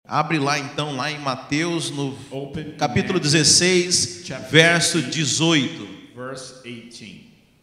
Abre lá então, lá em Mateus, no capítulo 16, verso 18. Verse 18.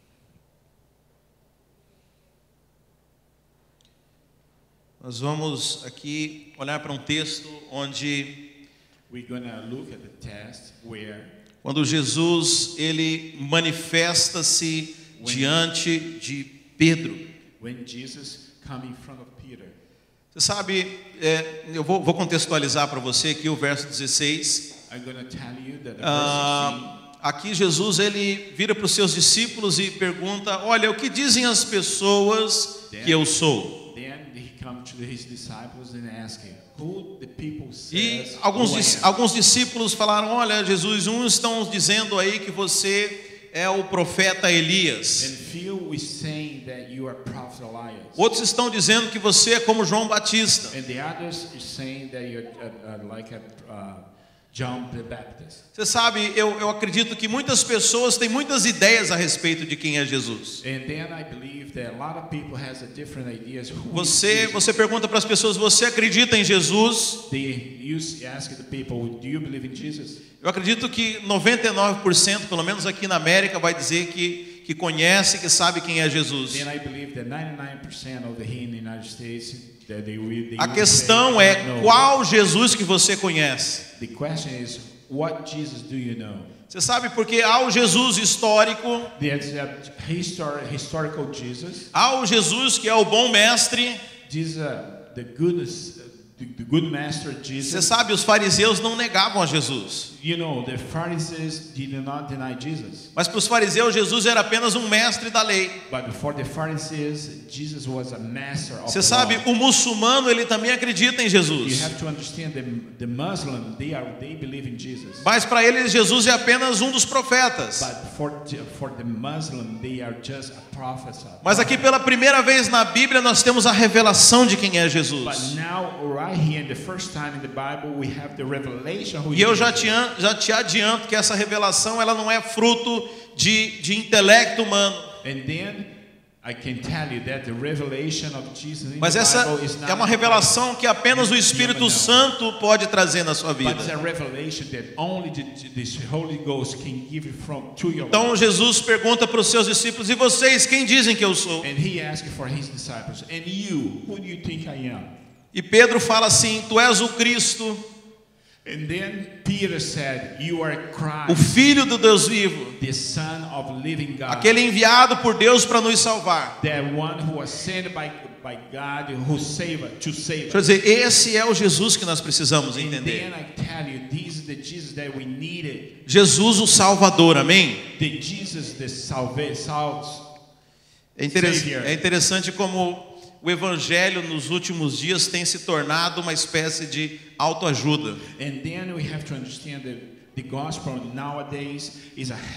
Nós vamos aqui olhar para um texto onde We're gonna look at the text where quando Jesus ele manifesta-se diante de Pedro. when Jesus come in front of Peter. Você sabe, eu vou contextualizar para você aqui o verso 16. I'm gonna tell you that the verse 16. Aqui Jesus ele vira para os seus discípulos e pergunta: olha, o que dizem as pessoas que eu sou? Then he come to his disciples and ask him, who the people E says alguns discípulos falaram: olha, Jesus, uns estão dizendo aí que você é o profeta Elias. And few is saying that you are prophet Elias. Outros estão dizendo que você é como João Batista. And the others is saying that you're like John the Baptist. Você sabe, eu acredito que muitas pessoas têm muitas ideias a respeito de quem é Jesus. And then I believe that a lot of people has a different ideas who is Jesus. Você pergunta para as pessoas: você acredita em Jesus? They ask the people, do you believe in Jesus? Eu acredito que 99%, pelo menos aqui na América, vai dizer que conhece, que sabe quem é Jesus. Then I believe that 99% of the here in the United States that they A questão é qual Jesus que você conhece. The question is, what Jesus do you know? Você sabe, porque há o Jesus histórico, There's a historical Jesus. há o Jesus que é o bom mestre. Jesus, the good master Jesus. Você sabe, os fariseus não negavam a Jesus. You know, the Pharisees did not deny Jesus. Mas para os fariseus, Jesus era apenas um mestre da lei. But for the Pharisees, Jesus was a master of Você the sabe, law. o muçulmano ele também acredita em You Jesus. have to understand the Muslim, they believe in Jesus. Mas para eles, Jesus é apenas um dos profetas. But for the Muslim, they are just a prophet. Mas aqui pela primeira vez na Bíblia nós temos a revelação de quem é But Jesus. now, right here, the first time in the Bible, we have the revelation who E eu is já Jesus. te adianto que essa revelação ela não é fruto de intelecto humano. And then I can tell you that the revelation of Jesus in Mas the essa Bible is not é uma revelação que apenas o Espírito human, Santo pode trazer na sua but it's vida. a revelation that only this Holy Ghost can give it to your Então life. Jesus pergunta para os seus discípulos: e vocês, quem dizem que eu sou? And he asked for his disciples, and you, who do you think I am? E Pedro fala assim: tu és o Cristo, And then Peter said, you are o Christ, Filho do Deus vivo, the Son of living God, aquele enviado por Deus para nos salvar. that one who was sent by God who to save Quer us. dizer, esse é o Jesus que nós precisamos And entender. then I tell you, this is the Jesus that we needed. Jesus o Salvador, amém? The Jesus that É interessante como o Evangelho nos últimos dias tem se tornado uma espécie de autoajuda. And then we have to understand that the gospel nowadays is a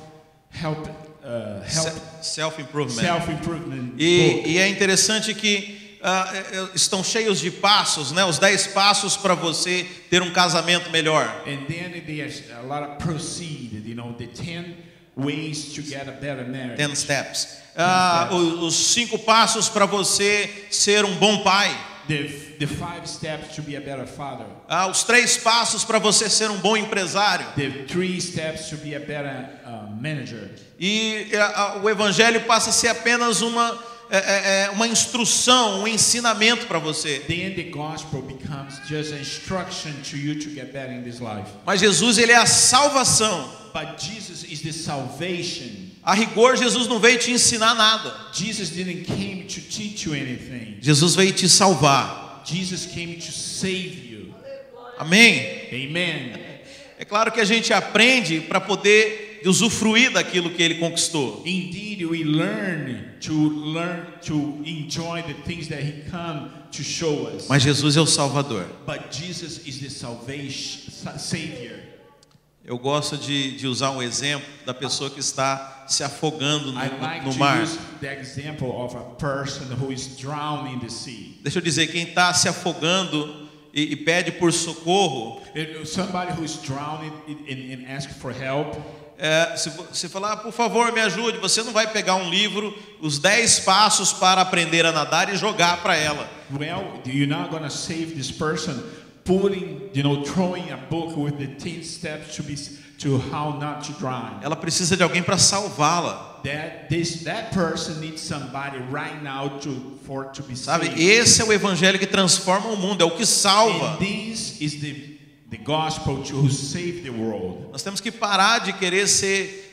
Self-improvement. self-improvement book. E é interessante que estão cheios de passos, né? Os 10 passos para você ter um casamento melhor. And then there's a lot of proceed, you know, the 10 ways to get a better marriage. 10 steps. Os 5 passos para você ser um bom pai. The 5 steps to be a better father. Os 3 passos para você ser um bom empresário. The 3 steps to be a better manager. E o Evangelho passa a ser apenas uma instrução, um ensinamento para você. Then the gospel becomes just an instruction to you to get better in this life. Mas Jesus, ele é a salvação. But Jesus is the salvation. A rigor, Jesus não veio te ensinar nada. Jesus didn't came to teach you anything. Jesus veio te salvar. Jesus came to save you. Amém? Amen. É claro que a gente aprende para poder usufruir daquilo que ele conquistou. Indeed, we learn to enjoy the things that he come to show us. Mas Jesus é o Salvador. But Jesus is the salvation savior. Eu gosto de usar um exemplo da pessoa que está se afogando I like no to mar. use the example of a person who is drowning in the sea. Deixa eu dizer, quem está se afogando e pede por socorro, Somebody who is drowning and ask for help. se você falar, por favor, me ajude, você não vai pegar um livro, os 10 passos para aprender a nadar e jogar para ela. Well, you're not going to save this person putting, throwing a book with the 10 steps to how not to drive. Ela precisa de alguém para salvá-la. That person needs somebody right now to be Sabe, saved. esse é o evangelho que transforma o mundo, é o que salva. And this is the gospel to save the world. Nós temos que parar de querer ser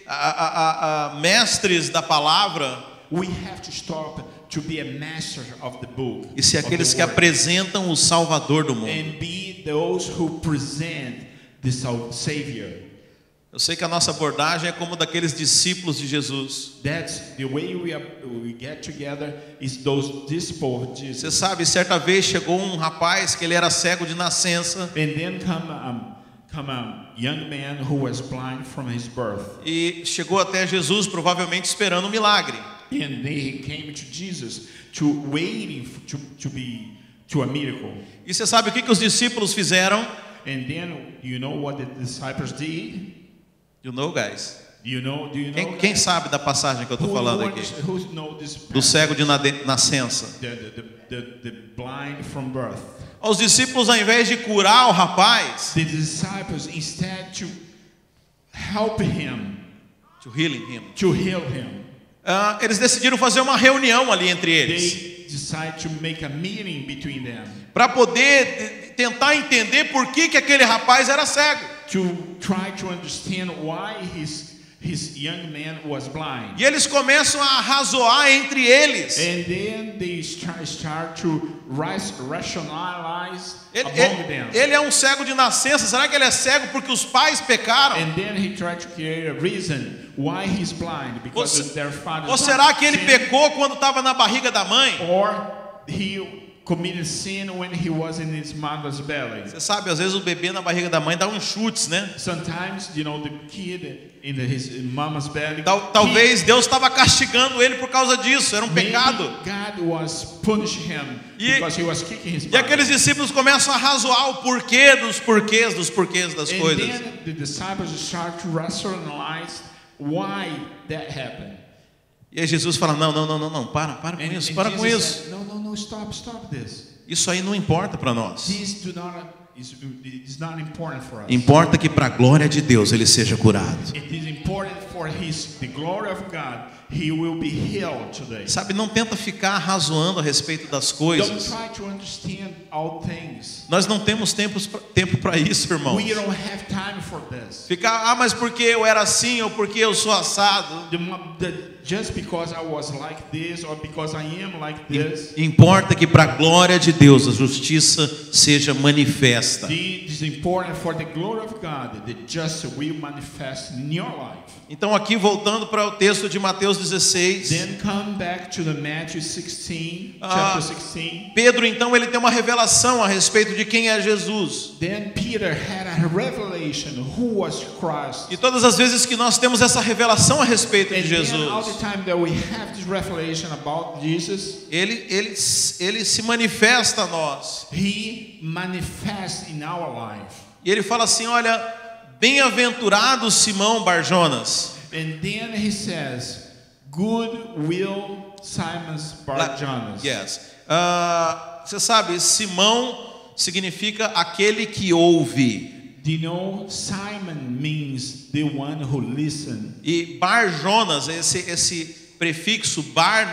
mestres da palavra We have to stop to be a master of the book. e ser of aqueles the que word, apresentam o Salvador do mundo. and be those who present the Savior. Eu sei que a nossa abordagem é como daqueles discípulos de Jesus. That's the way we get together, is those disciples of Você Jesus. sabe, certa vez chegou um rapaz que ele era cego de nascença And then come a young man who was blind from his birth. e chegou até Jesus provavelmente esperando um milagre. And they came to Jesus waiting to a miracle. E você sabe o que os discípulos fizeram? And then you know what the disciples did? You know, guys. Do you know? Quem sabe da passagem que eu estou falando aqui? Who know this Do cego de nascença. the blind from birth? Os discípulos, ao invés de curar o rapaz, The disciples, instead to help him, to healing him, to heal him, eles decidiram fazer uma reunião ali entre eles, they decide to make a meeting between them para poder tentar entender por que aquele rapaz era cego. to try to understand why his young man was blind. E eles começam a razoar entre eles. And then they start to rationalize among them. Ele é um cego de nascença. Será que ele é cego porque os pais pecaram? And then he tried to create a reason why he's blind, because of their father's Ou será que ele sin, pecou quando estava na barriga da mãe? or he committed sin when he was in his mother's belly. Você sabe, às vezes o bebê na barriga da mãe dá uns chutes, né? Sometimes, the kid in his mama's belly. Talvez Deus estava castigando ele por causa disso. Era um maybe pecado. God was punishing him E- because he was kicking his E mother. aqueles discípulos começam a razoar o porquê dos porquês das And coisas. then the disciples start to rationalize why that happened. E aí Jesus fala: não, para com And isso, para com Jesus isso. said, no, stop this. Isso aí não importa para nós. This is not important for us. Importa que para a glória de Deus ele seja curado. It is important for the glory of God. He will be healed today. Sabe, não tenta ficar razoando a respeito das Don't coisas. try to understand all things. Nós não temos tempo para isso, irmãos. We don't have time for this. Ficar, mas porque eu era assim ou porque eu sou assado. Just because I was like this or because I am like this. Importa que para a glória de Deus a justiça seja manifesta. It is important for the glory of God that justice will manifest in your life. Então aqui voltando para o texto de Mateus 16, Then come back to the Matthew 16, chapter 16. Pedro então ele tem uma revelação a respeito de quem é Jesus. Then Peter had a revelation who was Christ. E todas as vezes que nós temos essa revelação a respeito de And then all the Jesus, time that we have this revelation about Jesus, ele se manifesta a nós. he manifests in our life. E ele fala assim: olha, bem-aventurado Simão Barjonas. And then he says, "Good will Simon Bar-Jonas." Yes. Você sabe, Simão significa aquele que ouve. Do you know Simon means the one who listens? E Barjonas, esse prefixo bar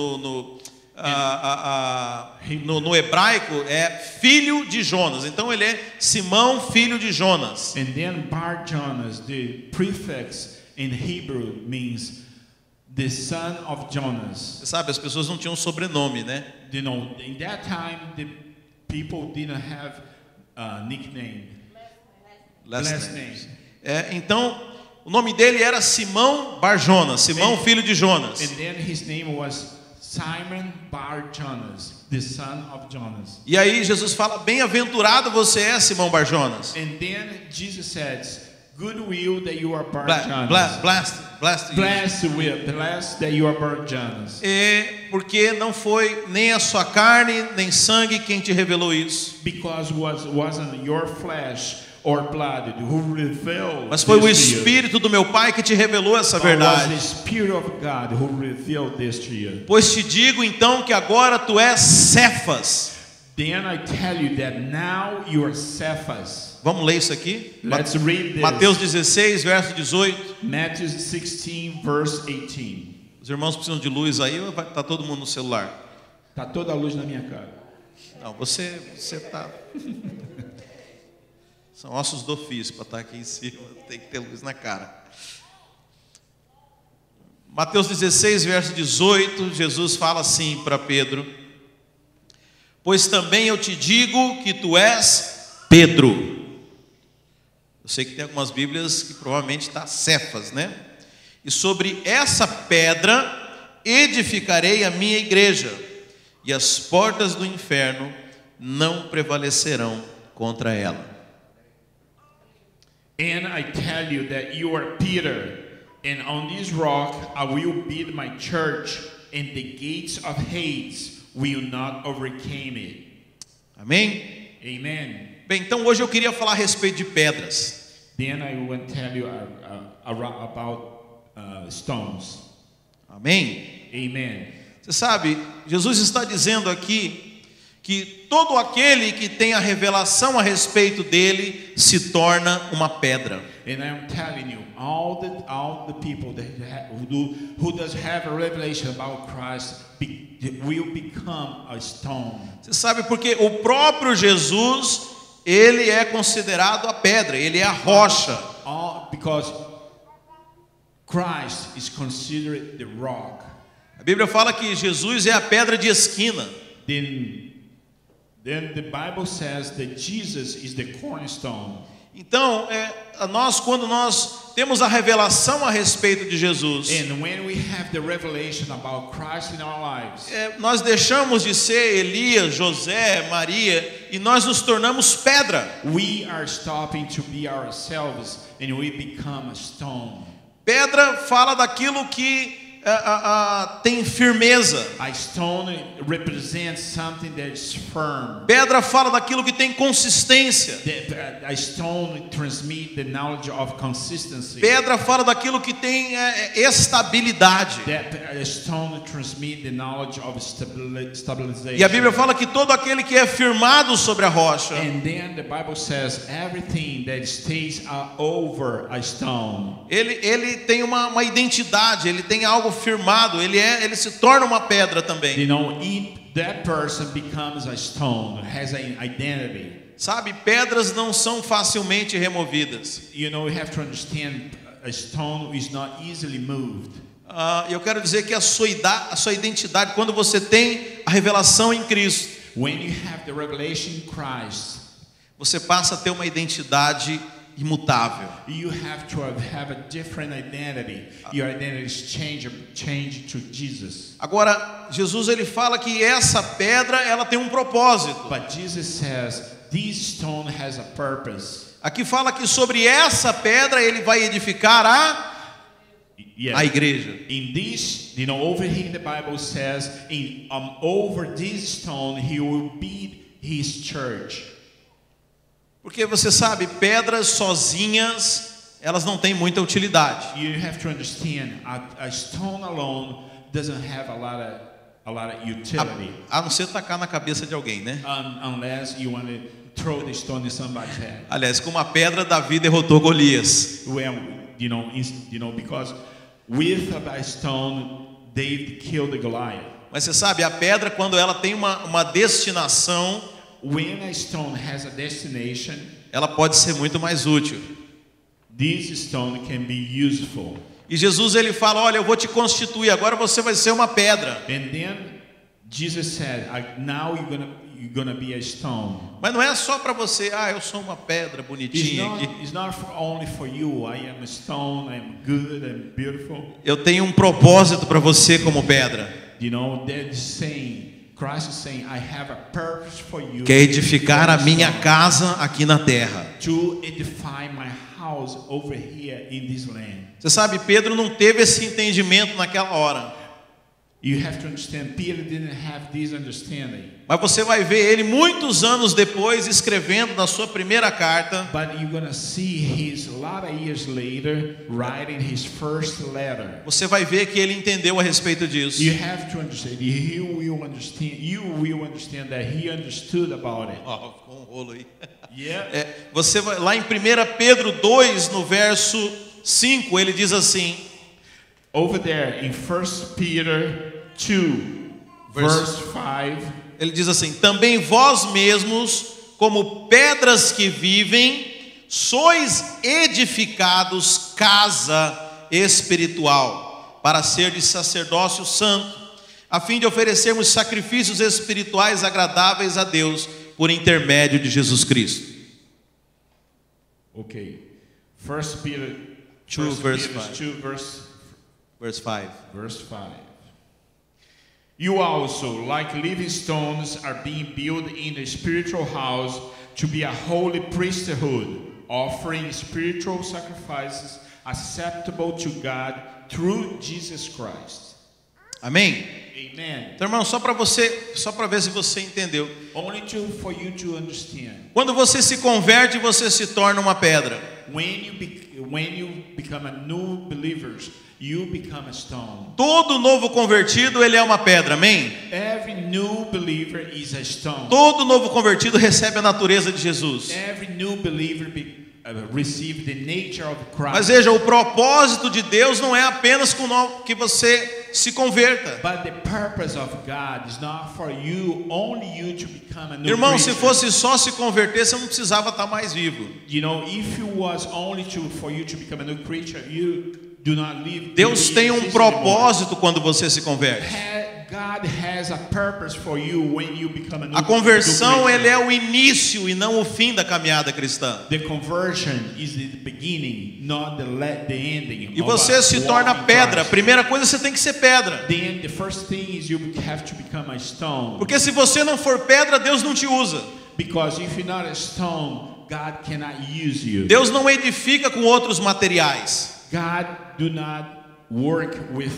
no hebraico é filho de Jonas. Então ele é Simão, filho de Jonas. And then Bar-Jonas, the prefix in Hebrew means the son of Jonas. Você sabe, as pessoas não tinham sobrenome, né? You know, in that time, the people didn't have a nickname, last name. Então, o nome dele era Simão Barjonas, Simão, filho de Jonas. And then his name was Simon Bar-Jonas, the son of Jonas. E aí Jesus fala: bem-aventurado você é, Simão Barjonas. And then Jesus says, "Good will that you are Blessed Blessed that you are Bar-Jonas." porque não foi nem a sua carne nem sangue quem te revelou isso, Because wasn't your flesh or blood who revealed, mas foi o this to you. Espírito do meu Pai que te revelou essa But was verdade. the Spirit of God who revealed this to you. Pois te digo então que agora tu és Cefas. Then I tell you that now you are Cephas. Vamos ler isso aqui? Let's read this. Mateus 16, verso 18. Matthew 16, verse 18. Os irmãos precisam de luz aí ou vai estar todo mundo no celular? Tá toda a luz na minha cara. Não, você tá. São ossos do ofício para estar aqui em cima, tem que ter luz na cara. Mateus 16, verso 18, Jesus fala assim para Pedro: pois também eu te digo que tu és Pedro. Eu sei que tem algumas Bíblias que provavelmente está Cefas, né? E sobre essa pedra edificarei a minha igreja, e as portas do inferno não prevalecerão contra ela. And I tell you that you are Peter, and on this rock I will build my church, and the gates of Hades will not overcome it. Amém? Amen. Bem, então hoje eu queria falar a respeito de pedras. Then I will tell you about stones. Amém? Amen. Você sabe, Jesus está dizendo aqui que todo aquele que tem a revelação a respeito dele se torna uma pedra. And I'm telling you, all the people who does have a revelation about Christ will become a stone. Você sabe porque o próprio Jesus, ele é considerado a pedra, ele é a rocha. Because Christ is considered the rock. A Bíblia fala que Jesus é a pedra de esquina. Then the Bible says that Jesus is the cornerstone. Então, quando nós temos a revelação a respeito de Jesus, And when we have the revelation about Christ in our lives, nós deixamos de ser Elias, José, Maria, e nós nos tornamos pedra. we are stopping to be ourselves and we become a stone. Pedra fala daquilo que tem firmeza. A stone represents something that is firm. Pedra fala daquilo que tem consistência. A stone transmits the knowledge of consistency. Pedra fala daquilo que tem estabilidade. A stone transmits the knowledge of stabilization. E a Bíblia fala que todo aquele que é firmado sobre a rocha, And then the Bible says everything that stays over a stone. ele tem uma identidade, ele tem algo firmado, ele se torna uma pedra também. You know, that person becomes a stone, has an identity. Sabe, pedras não são facilmente removidas. You know, we have to understand a stone is not easily moved. Eu quero dizer que a sua identidade, quando você tem a revelação em Cristo, When you have the revelation in Christ, você passa a ter uma identidade imutável. you have to have a different identity. Your identity is changed to Jesus. Agora, Jesus ele fala que essa pedra ela tem um propósito. But Jesus says this stone has a purpose. Aqui fala que sobre essa pedra ele vai edificar a igreja. In this, you know, over here the Bible says, over this stone he will build his church. Porque você sabe, pedras sozinhas, elas não têm muita utilidade. You have to understand, a stone alone doesn't have a lot of utility. A não ser tacar na cabeça de alguém, né? Unless you want to throw the stone in somebody's head. Aliás, com uma pedra Davi derrotou Golias. Well, you know, because with a stone David killed the Goliath. Mas você sabe, a pedra quando ela tem uma destinação, When a stone has a destination, ela pode ser muito mais útil. this stone can be useful. E Jesus ele fala, olha, eu vou te constituir, agora você vai ser uma pedra. And then Jesus said, now you're gonna be a stone. Mas não é só para você, eu sou uma pedra bonitinha aqui. It's not only for you. I am a stone. I'm good. I'm beautiful. Eu tenho um propósito para você como pedra. You know, they're saying, Christ is saying, I have a purpose for you. Que é edificar a minha casa aqui na terra. To edify my house over here in this land. Você sabe, Pedro não teve esse entendimento naquela hora. You have to understand, Peter didn't have this understanding. Mas você vai ver ele muitos anos depois escrevendo na sua primeira carta. But you're gonna see his a lot of years later writing his first letter. Você vai ver que ele entendeu a respeito disso. You have to understand. You will understand that he understood about it. Ó, ficou um rolo aí. Yeah. Você vai lá em 1 Pedro 2, no verso 5, ele diz assim. Over there in 1 Peter 2, verse 5. Ele diz assim: também vós mesmos, como pedras que vivem, sois edificados casa espiritual, para ser de sacerdócio santo, a fim de oferecermos sacrifícios espirituais agradáveis a Deus, por intermédio de Jesus Cristo. Okay. 1 Peter 2, verse 5. 2, Verse 5. Verse 5. You also, like living stones, are being built in the spiritual house to be a holy priesthood, offering spiritual sacrifices acceptable to God through Jesus Christ. Amém? Amen. Então, irmão, só para ver se você entendeu. Only for you to understand. Quando você se converte, você se torna uma pedra. When you become a new believer, you become a stone. Todo novo convertido, ele é uma pedra, amém? Every new believer is a stone. Todo novo convertido recebe a natureza de Jesus. Every new believer receive the nature of Christ. Mas veja, o propósito de Deus não é apenas que você se converta. But the purpose of God is not for you, only you to become a new Irmão, creature. se fosse só se converter, você não precisava estar mais vivo. You know, if it was only for you to become a new creature, you do not live. Deus tem um propósito quando você se converte. God has a purpose for you when you become a new A conversão, creature. ele é o início e não o fim da caminhada cristã. The conversion is the beginning, not the ending. E você se torna pedra. A primeira coisa, você tem que ser pedra. Then the first thing is you have to become a stone. Porque se você não for pedra, Deus não te usa. Because if you're not a stone, God cannot use you. Deus não edifica com outros materiais. God do not work with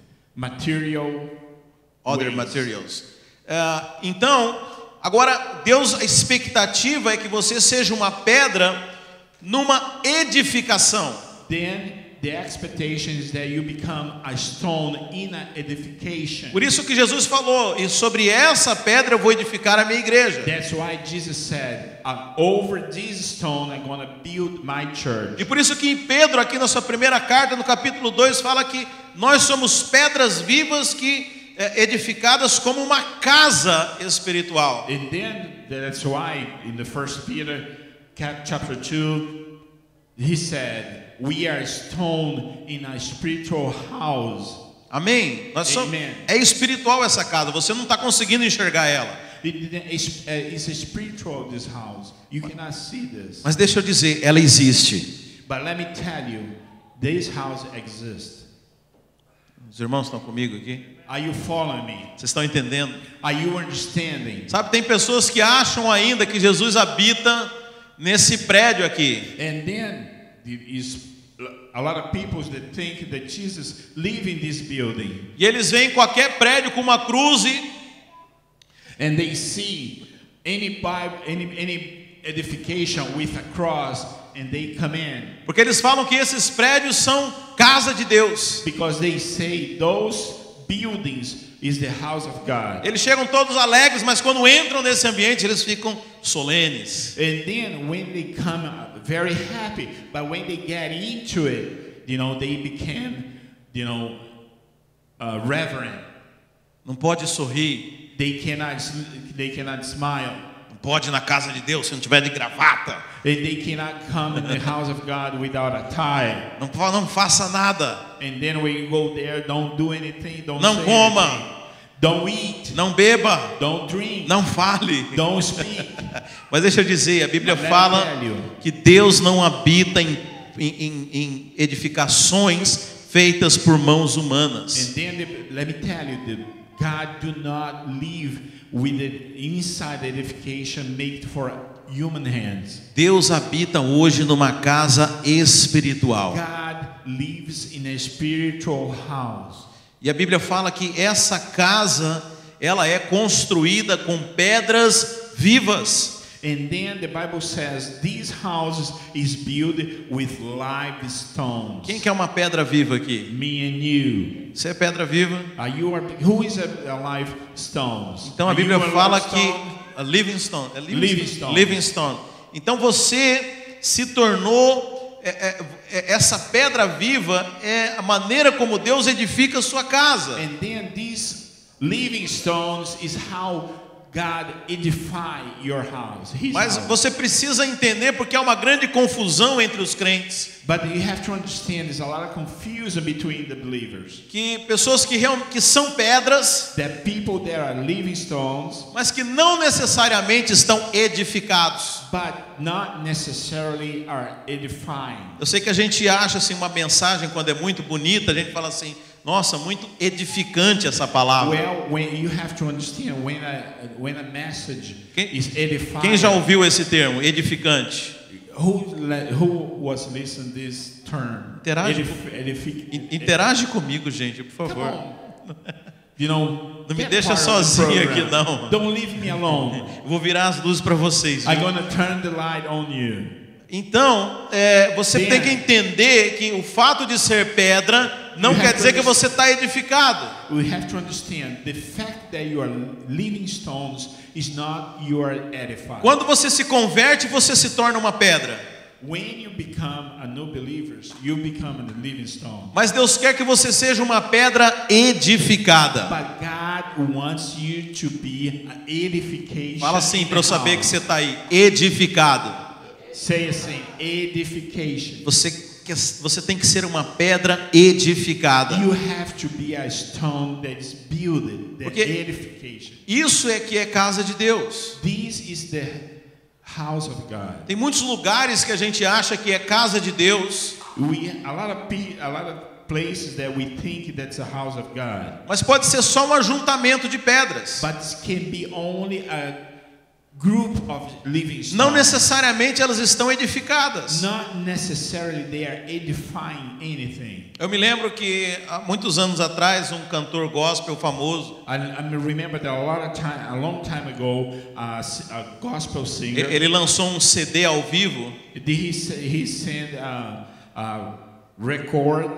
Other materials. Então, agora, Deus, a expectativa é que você seja uma pedra numa edificação. Then the expectation is that you become a stone in an edification. Por isso que Jesus falou, e sobre essa pedra eu vou edificar a minha igreja. That's why Jesus said, over this stone I'm going to build my church. E por isso que em Pedro, aqui na sua primeira carta, no capítulo 2, fala que nós somos pedras vivas que edificadas como uma casa espiritual. And then that's why in the 1 Peter chapter 2 he said, we are stone in a spiritual house. Amém? Amen. É espiritual essa casa, você não está conseguindo enxergar ela. It's a spiritual, this house. You cannot see this. Mas deixa eu dizer, ela existe. But let me tell you, this house exists. Os irmãos estão comigo aqui? Are you following me? Vocês estão entendendo? Are you understanding? Sabe, tem pessoas que acham ainda que Jesus habita nesse prédio aqui. And then is a lot of people that think that Jesus live in this building. E eles veem qualquer prédio com uma cruz And they see any Bible, any edification with a cross, and they come in. Porque eles falam que esses prédios são casa de Deus. Because they say those buildings is the house of God. Eles chegam todos alegres, mas quando entram nesse ambiente, eles ficam solenes. And then when they come very happy, but when they get into it, you know, they became, you know, reverent. Não pode sorrir. They cannot smile. Não pode ir na casa de Deus se não tiver de gravata. They cannot come in the house of God without a tie. Não faça nada. And then when you go there, don't do anything, don't Não say coma. anything. Don't eat. Não beba. Don't drink. Não fale. Don't speak. Mas deixa eu dizer, a Bíblia fala que Deus não habita em edificações feitas por mãos humanas. And then let me tell you, God do not live with the inside edification made for human hands. Deus habita hoje numa casa espiritual. God lives in a spiritual house. E a Bíblia fala que essa casa, ela é construída com pedras vivas. And then the Bible says this house is built with live stones. Quem que é uma pedra viva aqui? Me and you. Você é pedra viva? Who is a live stones? Então a Are Bíblia you a fala live que stone? a living stone, é Living stone. living stone. Então você se tornou essa pedra viva, é a maneira como Deus edifica a sua casa. And then these living stones is how God edify your house. Mas você precisa entender, porque há uma grande confusão entre os crentes. But you have to understand there's a lot of confusion between the believers. Que pessoas que são pedras, That people that are living stones, mas que não necessariamente estão edificados. but not necessarily are edifying. Eu sei que a gente acha assim uma mensagem quando é muito bonita, a gente fala assim: nossa, muito edificante essa palavra. Well, when you have to understand when a message is edifying. Quem já ouviu esse termo, edificante? Who was listening this term? Interage comigo, gente, por favor. You know, não me deixa sozinho aqui, não. Don't leave me alone. Eu vou virar as luzes para vocês. I'm gonna turn the light on you. Então, você tem que entender que o fato de ser pedra não quer dizer que você está edificado. We have to understand the fact that you are living stones is not you are edified. Quando você se converte, você se torna uma pedra. When you become a new believer, you become a living stone. Mas Deus quer que você seja uma pedra edificada. But God wants you to be an edification. Fala assim para eu saber que você está aí, edificado. Say assim, edification. Você tem que ser uma pedra edificada. You have to be a stone that is built, porque edification. Isso é que é casa de Deus. This is the house of God. Tem muitos lugares que a gente acha que é casa de Deus. A lot of places that we think that's a house of God. Mas pode ser só um ajuntamento de pedras. But it can be only a group of living stones. Não necessariamente elas estão edificadas. Not necessarily they are edifying anything. Eu me lembro que há muitos anos atrás um cantor gospel famoso. I remember that a long time ago, a gospel singer. Ele lançou um CD ao vivo. He sent a record.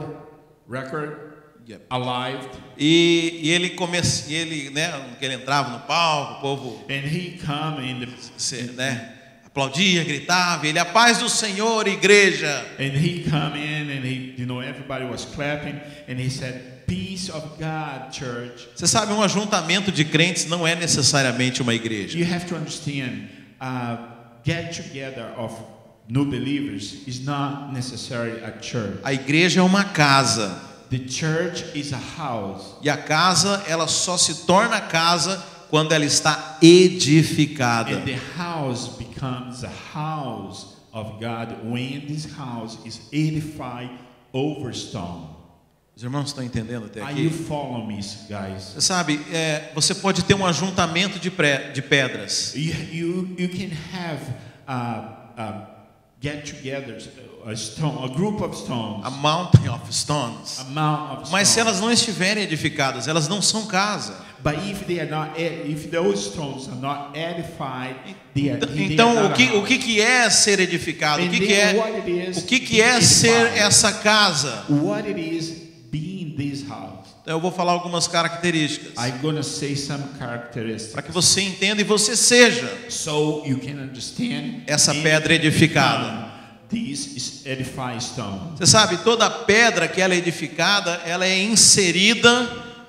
Yep. Alive. E ele, né, que ele entrava no palco, o povo, and he come in né, aplaudia, gritava, ele: a paz do Senhor, igreja. And he come in and he, everybody was clapping and he said, peace of God, church. Você sabe, um ajuntamento de crentes não é necessariamente uma igreja. You have to understand, get together of new believers is not necessarily a church. A igreja é uma casa. The church is a house. E a casa, ela só se torna casa quando ela está edificada. And the house becomes a house of God when this house is edified over stone. Os irmãos estão entendendo até aqui? Are you following me, guys? Você sabe, você pode ter um ajuntamento de pedras. You can have get-togethers, a group of stones. A mountain of stones. Mas se elas não estiverem edificadas, elas não são casa. But if those stones are not edified, então o que é ser edificado? O que é ser essa casa? What it is being this house. Então eu vou falar algumas características. I'm gonna say some characteristics. Para que você entenda e você seja so you can understand essa pedra edificada. This is edified stone. Você sabe, toda pedra que ela é edificada, ela é inserida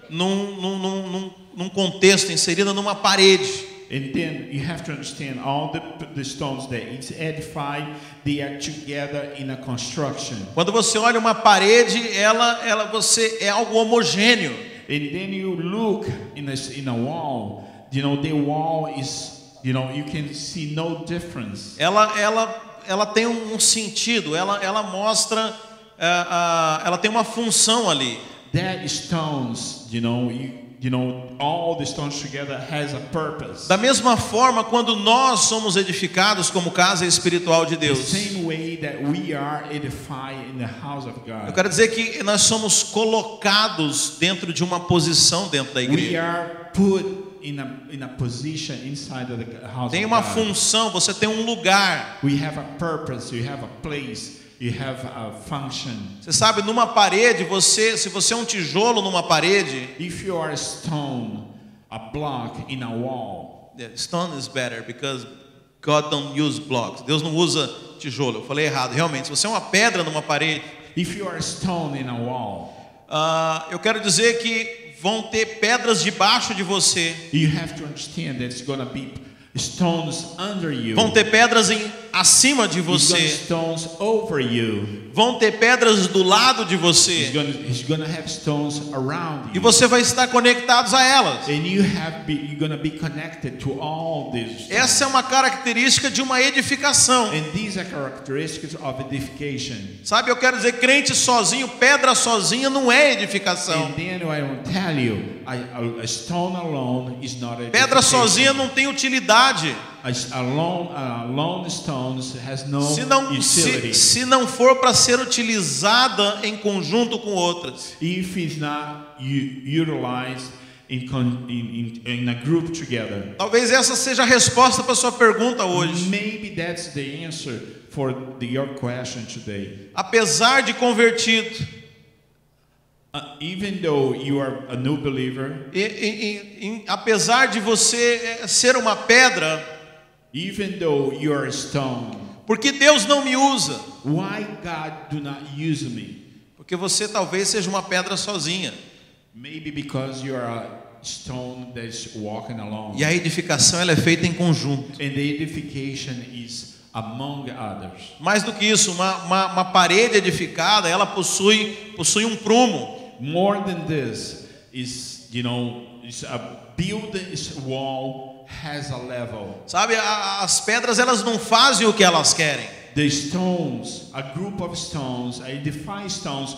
num contexto, inserida numa parede. And then you have to understand all the stones that it's edified, they are together in a construction. Quando você olha uma parede, você é algo homogêneo. And then you look in a wall, the wall is, you can see no difference. Ela tem um sentido, ela mostra, ela tem uma função ali. That stones, all the stones together has a purpose. Da mesma forma, quando nós somos edificados como casa espiritual de The Deus, same way that we are edified in the house of eu God. quero dizer que nós somos colocados dentro de uma posição dentro da We igreja. are put in a position inside of the house Tem of uma God. função, você tem um lugar. We have a purpose, you have a place, you have a function. Você sabe, numa parede, se você é um tijolo numa parede, If you are a stone, a block in a wall, stone is better because God don't use blocks. Deus não usa tijolo. Eu falei errado, realmente. Se você é uma pedra numa parede, if you are a stone in a wall, eu quero dizer que vão ter pedras debaixo de você. you have to understand that it's going to be stones under you. Vão ter pedras acima de He's gonna você. stones over you. Vão ter pedras do lado de He's você. gonna have stones around E you. você vai estar conectados a elas. And you're gonna be connected to all these stones. Essa é uma característica de uma edificação. And these are characteristics of edification. Sabe, eu quero dizer, crente sozinho, pedra sozinha não é edificação. And then I will tell you, a stone alone is not edification. Pedra sozinha não tem utilidade. Alone stones has no utility. Se não for para ser utilizada em conjunto com outras. If it's not utilized in a group together. Talvez essa seja a resposta para a sua pergunta hoje. Maybe that's the answer for your question today. Apesar de convertido, Even though you are a new believer, apesar de você ser uma pedra, even though you are a stone, porque Deus não me usa? why God do not use me? Porque você talvez seja uma pedra sozinha. Maybe because you are a stone that is walking alone. E a edificação ela é feita em conjunto. And the edification is among others. Mais do que isso, uma parede edificada, ela possui um prumo. More than this is, it's a building, its wall has a level. Sabe, as pedras elas não fazem o que elas querem. The stones, a group of stones, edified stones,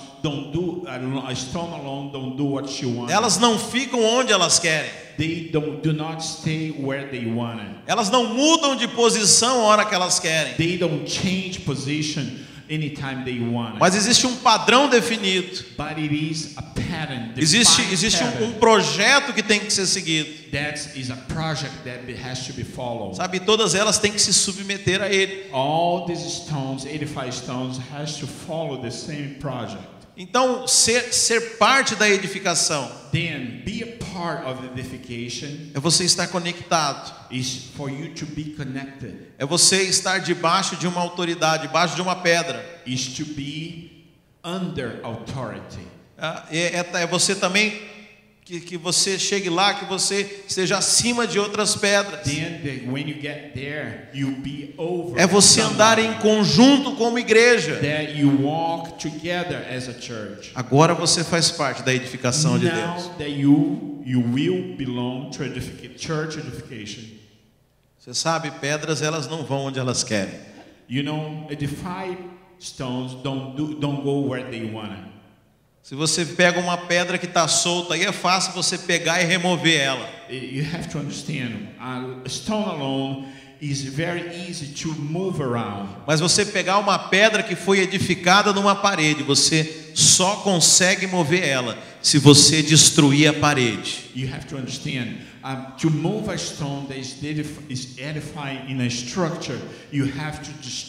a stone alone don't do what she wants. Elas não ficam onde elas querem. They do not stay where they want it. Elas não mudam de posição a hora que elas querem. They don't change position anytime they want it. Mas existe um padrão definido. But it is a pattern. Existe pattern. um projeto que tem que ser seguido. That is a project that has to be followed. Sabe, todas elas têm que se submeter a ele. All these stones, 85 stones, has to follow the same project. Então, ser parte da edificação Then be a part of the edification é você estar conectado. is for you to be connected. É você estar debaixo de uma autoridade, debaixo de uma pedra. Is to be under authority. É você também que você chegue lá, que você esteja acima de outras pedras. Then when you get there, you be over. É você andar em conjunto como igreja. That you walk together as a church. Agora você faz parte da edificação de Deus. Now that you will belong to church edification. Você sabe, pedras elas não vão onde elas querem. Edified stones don't go where they want. Se você pega uma pedra que está solta, aí é fácil você pegar e remover ela. You have to understand, a stone alone is very easy to move around. Mas você pegar uma pedra que foi edificada numa parede, você só consegue mover ela se você destruir a parede. You have to understand, to move a stone that is edified in a structure, you have to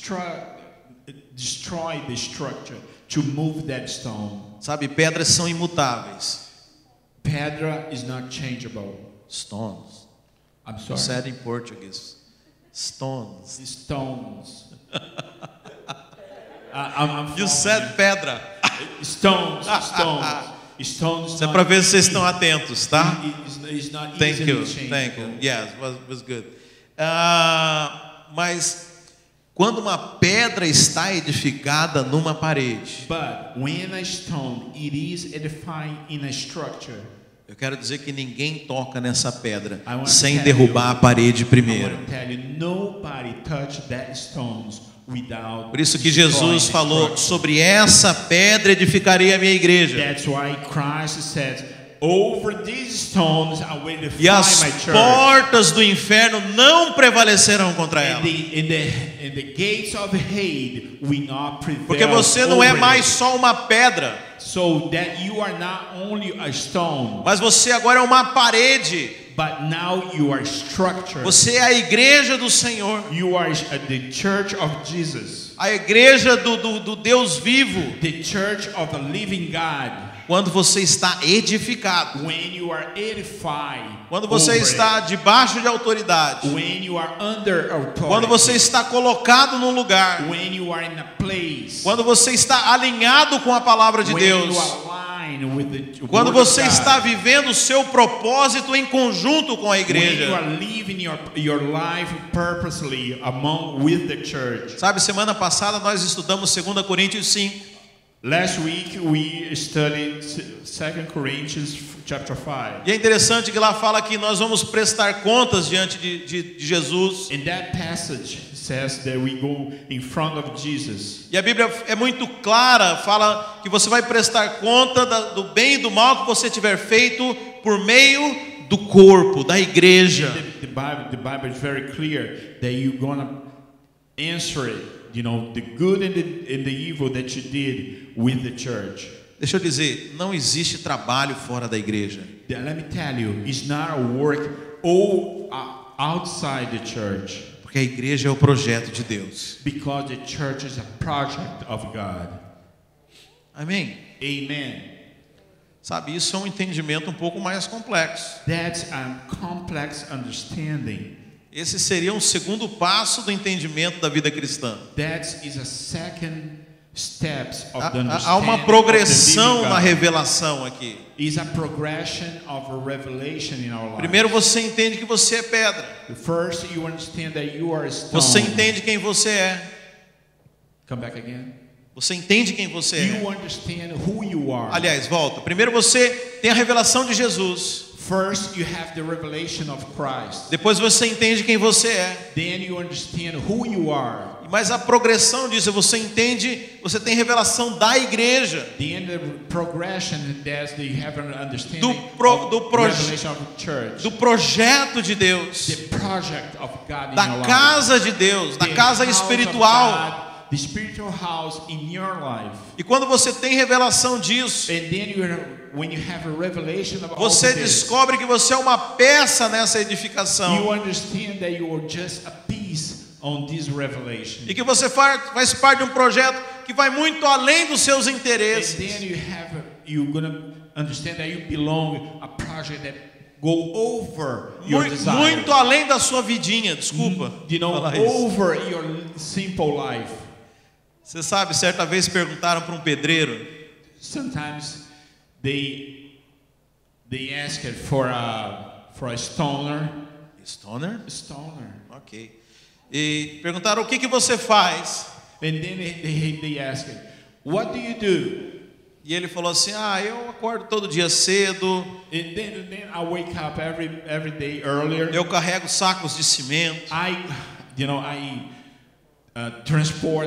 destroy the structure to move that stone. Sabe, pedras são imutáveis. Pedra is not changeable. Stones. I'm You sorry. said in Portuguese. Stones. Stones. I'm You following said pedra. you. Stones. Stones. Isso é para ver se vocês estão atentos, tá? It's not Thank easily you. changeable. Thank you. Yes, was good. Mas quando uma pedra está edificada numa parede, But when a stone it is edified in a structure, eu quero dizer que ninguém toca nessa pedra I want to sem tell derrubar a parede I primeiro. want to tell you, nobody touched that stones without. Por isso que destroying Jesus the falou: structure. sobre essa pedra edificarei a minha igreja. That's why Christ said, Over these stones I will E defy as my church. portas do inferno não prevalecerão contra ela. And the gates of hate will not prevail. Porque você não é over mais it. só uma pedra, So that you are not only a stone, mas você agora é uma parede. but now you are structured. Você é a igreja do Senhor, You are the church of Jesus, a igreja do Deus vivo. the church of the living God. Quando você está edificado, When you are edified, quando você over está it, debaixo de autoridade, when you are under authority, quando você está colocado num lugar, when you are in a place, quando você está alinhado com a palavra de when Deus, you align with the quando word of você God, está vivendo o seu propósito em conjunto com a when you igreja. are living your life purposely with the church. Sabe, semana passada nós estudamos 2 Coríntios 5. Last week we studied 2 Corinthians chapter 5. E é interessante que lá fala que nós vamos prestar contas diante de Jesus. In that passage says that we go in front of Jesus. E a Bíblia é muito clara, fala que você vai prestar conta do bem e do mal que você tiver feito por meio do corpo, da igreja. The Bible is very clear that you're gonna answer it. You know, the good and the evil that you did with the church. Deixa eu dizer, não existe trabalho fora da igreja. Let me tell you, it's not a work all outside the church. Porque a igreja é o projeto de Deus. Because the church is a project of God. Amém? Amen. Sabe, isso é um entendimento um pouco mais complexo. That's a complex understanding. Esse seria um segundo passo do entendimento da vida cristã. That is a second steps of the understanding. Há uma progressão na revelação aqui. Is a progression of a revelation in our life. Primeiro você entende que você é pedra. First you understand that you are a stone. Você entende quem você é. Come back again. Você entende quem você é. You understand who you are. Aliás, volta. Primeiro você tem a revelação de Jesus. First you have the revelation of Christ. Depois você entende quem você é. Then you understand who you are. Mas a progressão disso, você entende, você tem revelação da igreja. Then the progression that you have an understanding revelation of the church. Do projeto de Deus. The project of God in da your life. casa de Deus, da casa espiritual. The spiritual house in your life. E quando você tem revelação disso, And then when you have a revelation of você descobre que você é uma peça nessa edificação. You understand that you are just a piece on this revelation. E que você faz parte de um projeto que vai muito além dos seus interesses. And then you're gonna understand that you belong a project that go over your desires. Muito além da sua vidinha, desculpa. You know, over your simple life. Você sabe, certa vez perguntaram para um pedreiro. Sometimes they asked for a stoner. Stoner? Stoner. Ok. E perguntaram o que você faz. And then they asked, what do you do? E ele falou assim: eu acordo todo dia cedo. And then I wake up every day earlier. Eu carrego sacos de cimento. I transport,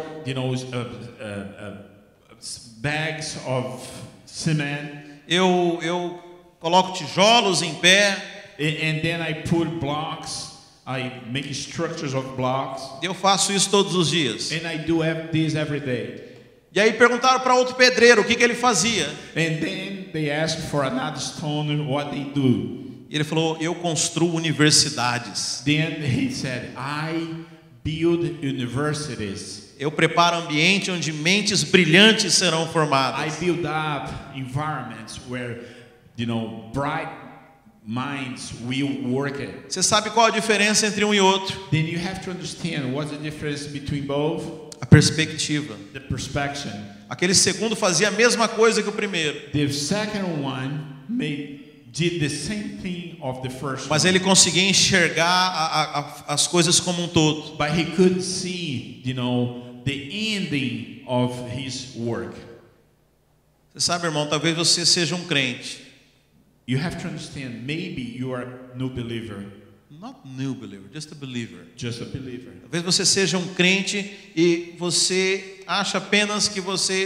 bags of cement. Eu coloco tijolos em pé. And then I put blocks. I make structures of blocks. Eu faço isso todos os dias. And I do this every day. E aí perguntaram para outro pedreiro o que ele fazia. And then they asked for another stoner what they do. E ele falou: eu construo universidades. Then he said, I build universities. Eu preparo ambiente onde mentes brilhantes serão formadas. I build up environments where, bright minds will work it. Você sabe qual a diferença entre um e outro? Then you have to understand what's the difference between both. A perspectiva. The perspective. Aquele segundo fazia a mesma coisa que o primeiro. The second one did the same thing of the first. Mas ele conseguia enxergar as coisas como um todo. But he could see, the ending of his work. Você sabe, irmão, talvez você seja um crente. You have to understand, maybe you are a new believer. Not new believer, just a believer. Just a believer. Talvez você seja um crente e você acha apenas que você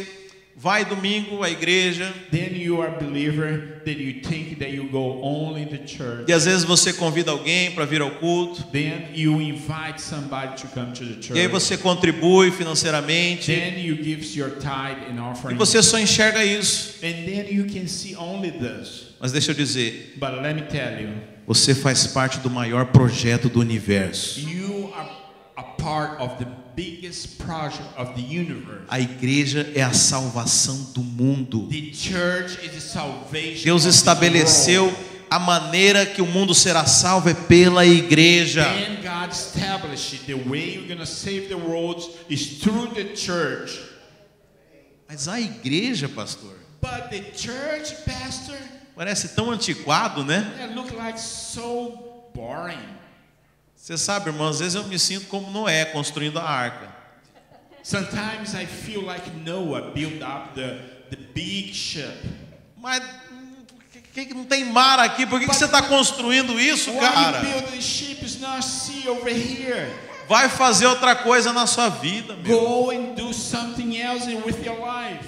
vai domingo à igreja, then you are a believer, then you think that you go only to church. e às vezes você convida alguém para vir ao culto, Then you invite somebody to come to the church. e aí você contribui financeiramente, Then you give your tithe and e offering. você só enxerga isso. And then you can see only this. Mas deixa eu dizer, But let me tell you, você faz parte do maior projeto do universo. you are a part of the biggest project of the universe. A igreja é a salvação do mundo. The church is the salvation Deus of this estabeleceu world. a maneira que o mundo será salvo é pela igreja. Then God established the way you're going to save the world is through the church. Mas a igreja, pastor, But the church, pastor, parece tão antiquado, né? that look like so boring. Você sabe, irmão, às vezes eu me sinto como Noé construindo a arca. Sometimes I feel like Noah built up the big ship. Mas que não tem mar aqui? Por que você está construindo isso, Why cara? you build the ship is not sea over here. Vai fazer outra coisa na sua vida, meu. Go and do something else with your life.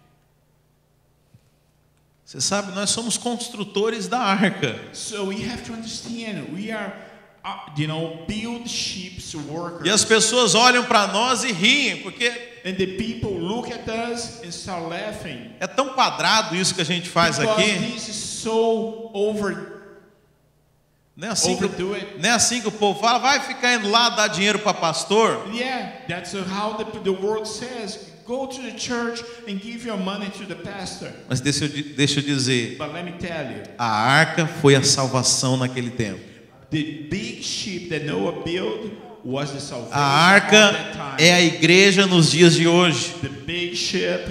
Você sabe, nós somos construtores da arca. So we have to understand we are, build ships workers. E as pessoas olham para nós e riem, porque And the people look at us and start laughing. é tão quadrado isso que a gente faz Because aqui. this is so Não é assim overdo it. não é assim que o povo fala, vai ficar indo lá dar dinheiro para pastor. Yeah, that's how the world says. Go to the church and give your money to the pastor. Mas deixa eu dizer, But let me tell you, a arca foi a salvação naquele tempo. the big ship that Noah built was the salvation A arca of that time. é a igreja nos dias de hoje. The big ship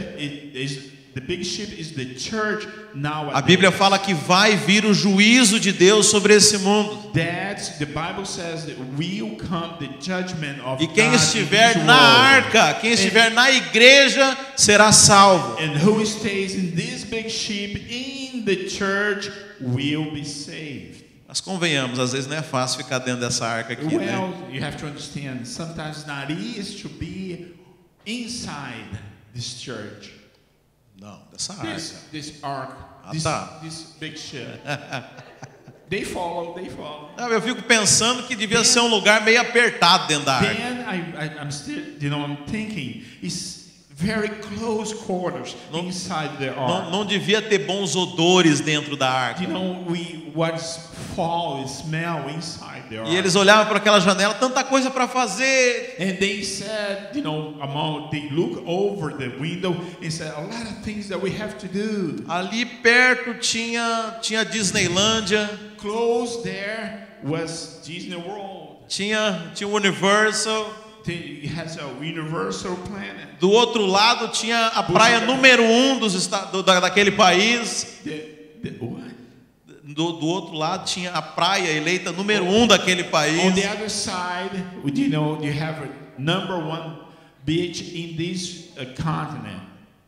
is the church nowadays. A Bíblia fala que vai vir o juízo de Deus sobre esse mundo. The Bible says that will come the judgment of E quem God estiver in this na world. arca, quem estiver na igreja, será salvo. And who stays in this big ship in the church will be saved. Mas convenhamos, às vezes não é fácil ficar dentro dessa arca aqui, né? Well, you have to understand, sometimes it's not easy to be inside this church. Não, dessa arca. This ark, tá. this big ship. They follow. Não, eu fico pensando que devia ser um lugar meio apertado dentro da arca. Then I'm still, I'm thinking, it's very close quarters inside the ark. Não devia ter bons odores dentro da arca. What's fall smell inside the ark. E eles olhavam para aquela janela, tanta coisa para fazer. And they said, they look over the window and said, a lot of things that we have to do. Ali perto tinha Disneylândia, Close there was Disney World. tinha Universal. It has a Universal Planet. Do outro lado tinha a praia número 1 daquele país. What? Do outro lado tinha a praia eleita número 1 daquele país. On the other side, you have a number 1 beach in this continent.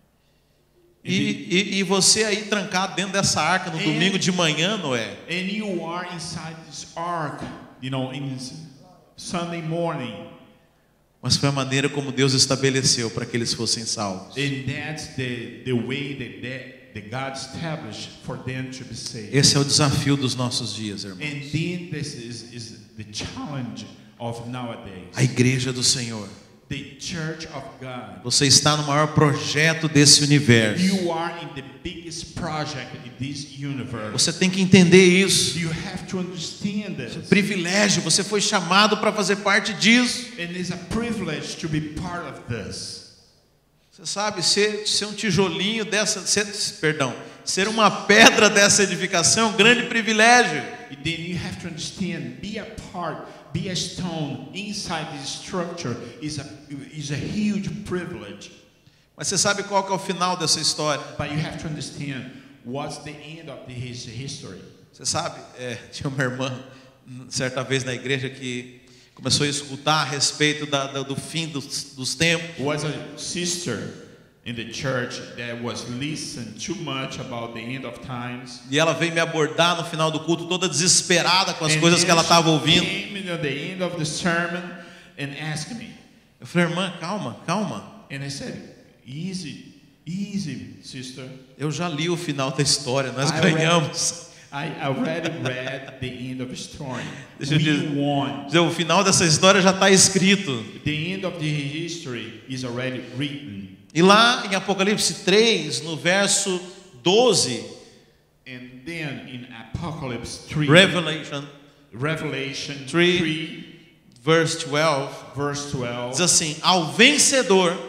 E você aí trancado dentro dessa arca no domingo de manhã, Noé. And you are inside this ark, in Sunday morning. Mas foi a maneira como Deus estabeleceu para que eles fossem salvos. And that's the way that God established for them to be saved. Esse é o desafio dos nossos dias, irmãos. And then this is the challenge of nowadays. A igreja do Senhor. The church of God. Você está no maior projeto desse universo. You are in the biggest project in this universe. Você tem que entender isso. You have to understand this. Privilégio, você foi chamado para fazer parte disso. And it's a privilege to be part of this. Você sabe, ser um tijolinho dessa, ser uma pedra dessa edificação é um grande privilégio. Then you have to understand, be a part, be a stone inside this structure is a huge privilege. Mas você sabe qual que é o final dessa história? But you have to understand what's the end of his history. Você sabe, tinha uma irmã certa vez na igreja que começou a escutar a respeito do fim dos tempos. Was a sister in the church that was listening too much about the end of times. E ela veio me abordar no final do culto toda desesperada com as coisas que ela estava ouvindo. Came at the end of the sermon and asked me. Eu falei, irmã, calma. And I said, easy. Easy, sister. Eu já li o final da história, nós ganhamos. I already read the end of the story. Deixa eu dizer, We won. o final dessa história já está escrito. The end of the history is already written. E lá em Apocalipse 3, no verso 12, And then in Apocalypse 3, Revelation 3, verse 12, verse 12, diz assim: ao vencedor,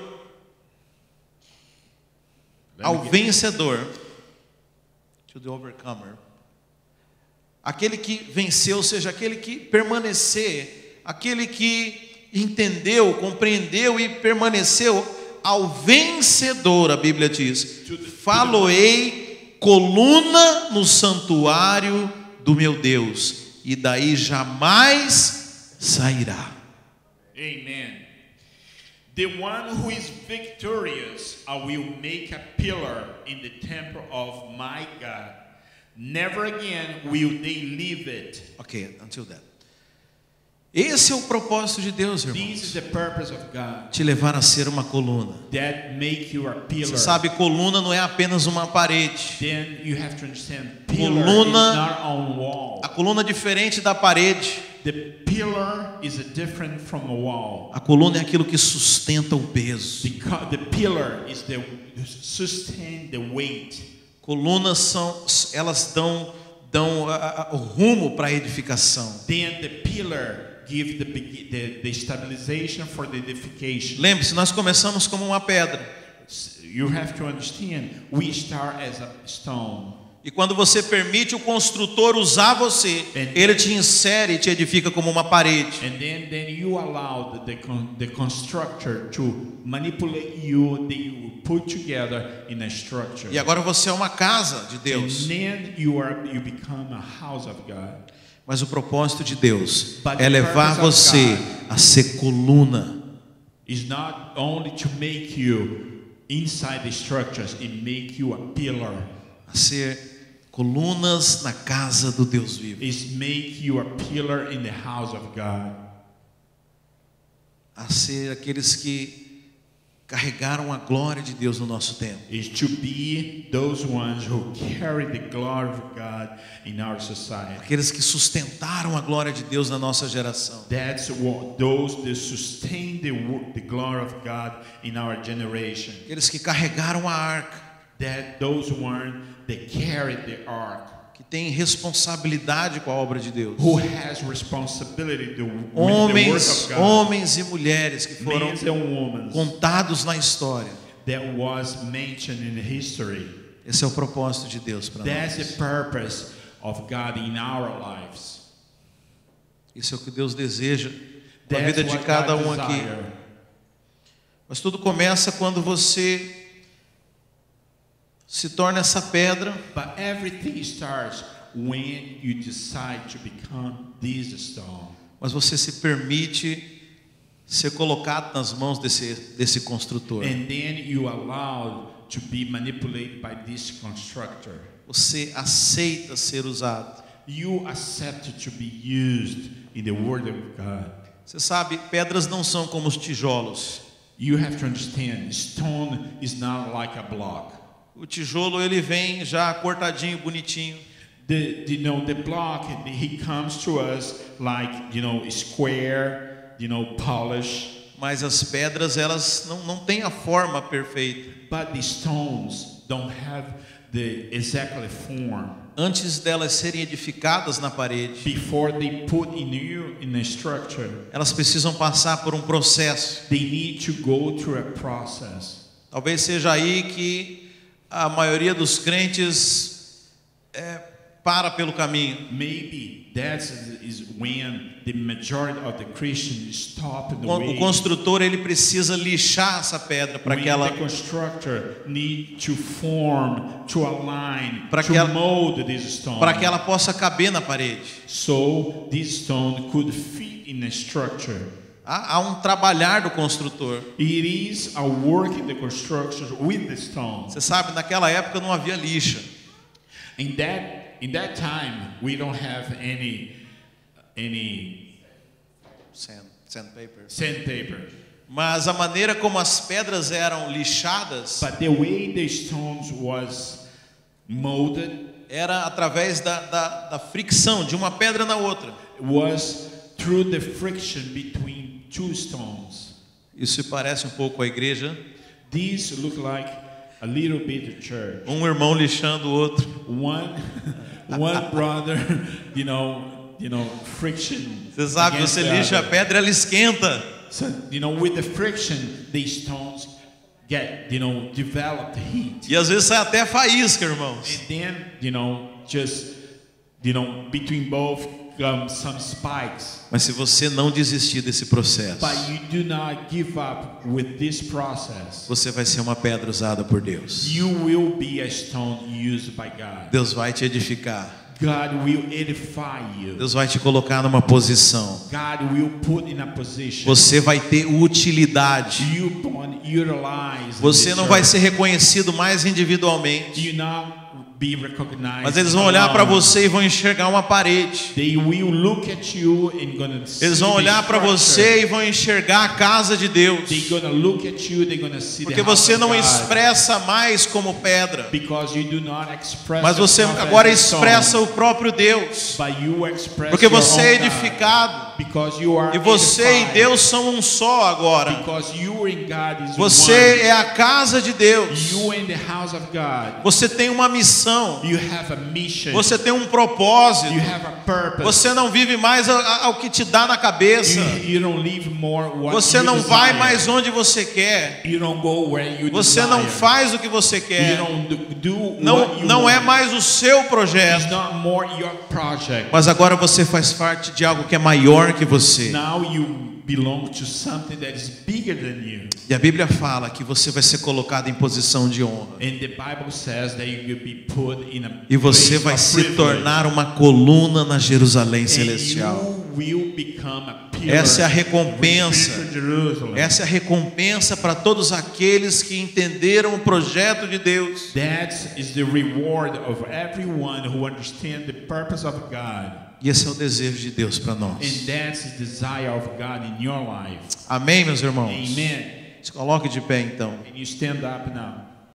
to the overcomer, aquele que venceu, ou seja, aquele que permanecer, aquele que entendeu, compreendeu e permaneceu, ao vencedor, a Bíblia diz: faloei coluna no santuário do meu Deus, e daí jamais sairá. Amen. The one who is victorious, I will make a pillar in the temple of my God. Never again will they leave it. Ok, until that. Esse é o propósito de Deus, This irmãos. is the purpose of God. Te levar a ser uma coluna. That make you a pillar. Você sabe, coluna não é apenas uma parede. Then you have to understand, pillar Coluna- is not on wall. A coluna é diferente da parede. The pillar is different from a wall. A coluna é aquilo que sustenta o peso. The pillar is the sustain the weight. Colunas elas dão o rumo para a edificação. Then the pillar give the stabilization for the edification. Lembre-se, nós começamos como uma pedra. You have to understand, we start as a stone. E quando você permite o construtor usar você, ele te insere e te edifica como uma parede. And then you allow the constructor to manipulate you, that you put together in a structure. E agora você é uma casa de Deus. And then you become a house of God. Mas o propósito de Deus But é the levar purpose of você God a ser coluna. It's not only to make you inside the structures, it make you a pillar. A ser colunas na casa do Deus vivo. It's make you a pillar in the house of God. A ser aqueles que carregaram a glória de Deus no nosso tempo. Is to be those ones who carry the glory of God in our society. Aqueles que sustentaram a glória de Deus na nossa geração. That's what those that sustain the glory of God in our generation. Aqueles que carregaram a arca. That those ones that carry the ark. Que têm responsabilidade com a obra de Deus. Who has responsibility with the work of God. Homens e mulheres que foram Men and women contados na história. that was mentioned in history. Esse é o propósito de Deus para That's nós. the purpose of God in our lives. Isso é o que Deus deseja para a That's vida de what cada God um aqui. desire. Mas tudo começa quando você se torna essa pedra. But everything starts when you decide to become this stone. Mas você se permite ser colocado nas mãos desse construtor. And then you allow to be manipulated by this constructor. Você aceita ser usado. You accept to be used in the word of God. Você sabe, pedras não são como os tijolos. You have to understand, stone is not like a block. O tijolo ele vem já cortadinho, bonitinho. The block, he comes to us like, square, polished. Mas as pedras elas não têm a forma perfeita. But the stones don't have the exact form. Antes delas serem edificadas na parede, Before they put in a structure, elas precisam passar por um processo. they need to go through a process. Talvez seja aí que a maioria dos crentes para pelo caminho. Maybe that is when the majority of the Christians stop in the O way. construtor ele precisa lixar essa pedra para When que ela the constructor need to form, to align, Para to que ela- mold this stone, para que ela possa caber na parede. so this stone could fit in a structure. Há um trabalhar do construtor. It is a work in the construction with the stone. Você sabe, naquela época não havia lixa. In that time, we don't have any Sandpaper. sandpaper. Mas a maneira como as pedras eram lixadas But the way the stones was molded era através da fricção de uma pedra na outra. was through the friction between two stones. Isso se parece um pouco com a igreja. These look like a little bit of church. Um irmão lixando o outro. One brother, friction. Você sabe, against você the lixa a other. pedra, ela esquenta. So, with the friction, the stones get, develop the heat. E às vezes sai até faísca, irmãos. And then, between both some spikes. Mas se você não desistir desse processo, But you do not give up with this process. você vai ser uma pedra usada por Deus. You will be a stone used by God. Deus vai te edificar. God will edify you. Deus vai te colocar numa posição. God will put in a position. Você vai ter utilidade. You utilize. Você não vai ser reconhecido mais individualmente. You not be recognized. Mas eles vão olhar para você e vão enxergar uma parede. They will look at you and gonna see. Eles vão olhar para você e vão enxergar a casa de Deus. They're gonna look at you. They're gonna see Porque the house você of não God. expressa mais como pedra, Because you do not express. mas você yourself agora as a stone, expressa o próprio Deus. but you express Porque your você own é God. edificado. Because you are E você e edified. Deus são um só agora. Because you and God is Você one. é a casa de Deus. You in the house of God. Você tem uma missão. You have a mission. Você tem um propósito. You have a purpose. Você não vive mais ao que te dá na cabeça. You don't live more what Você you não desire. vai mais onde você quer. You don't go where you Você desire. não faz o que você You quer. don't do what you Não é want. mais o seu It's projeto. not more your project. Mas agora você faz parte de algo que é maior que você. Now you belong to something that is bigger than you. E a Bíblia fala que você vai ser colocado em posição de honra. And the Bible says that you will be put in a E você place vai of se privilege. tornar uma coluna na Jerusalém And celestial. you will become a pillar Essa é a in recompensa. spiritual Jerusalem. Essa é a recompensa para todos aqueles que entenderam o projeto de Deus. That is the reward of everyone who understands the purpose of God. E esse é o desejo de Deus para And nós. that's the desire of God in your life. Amém, meus irmãos? Amen. Se coloque de pé então. And you stand up now.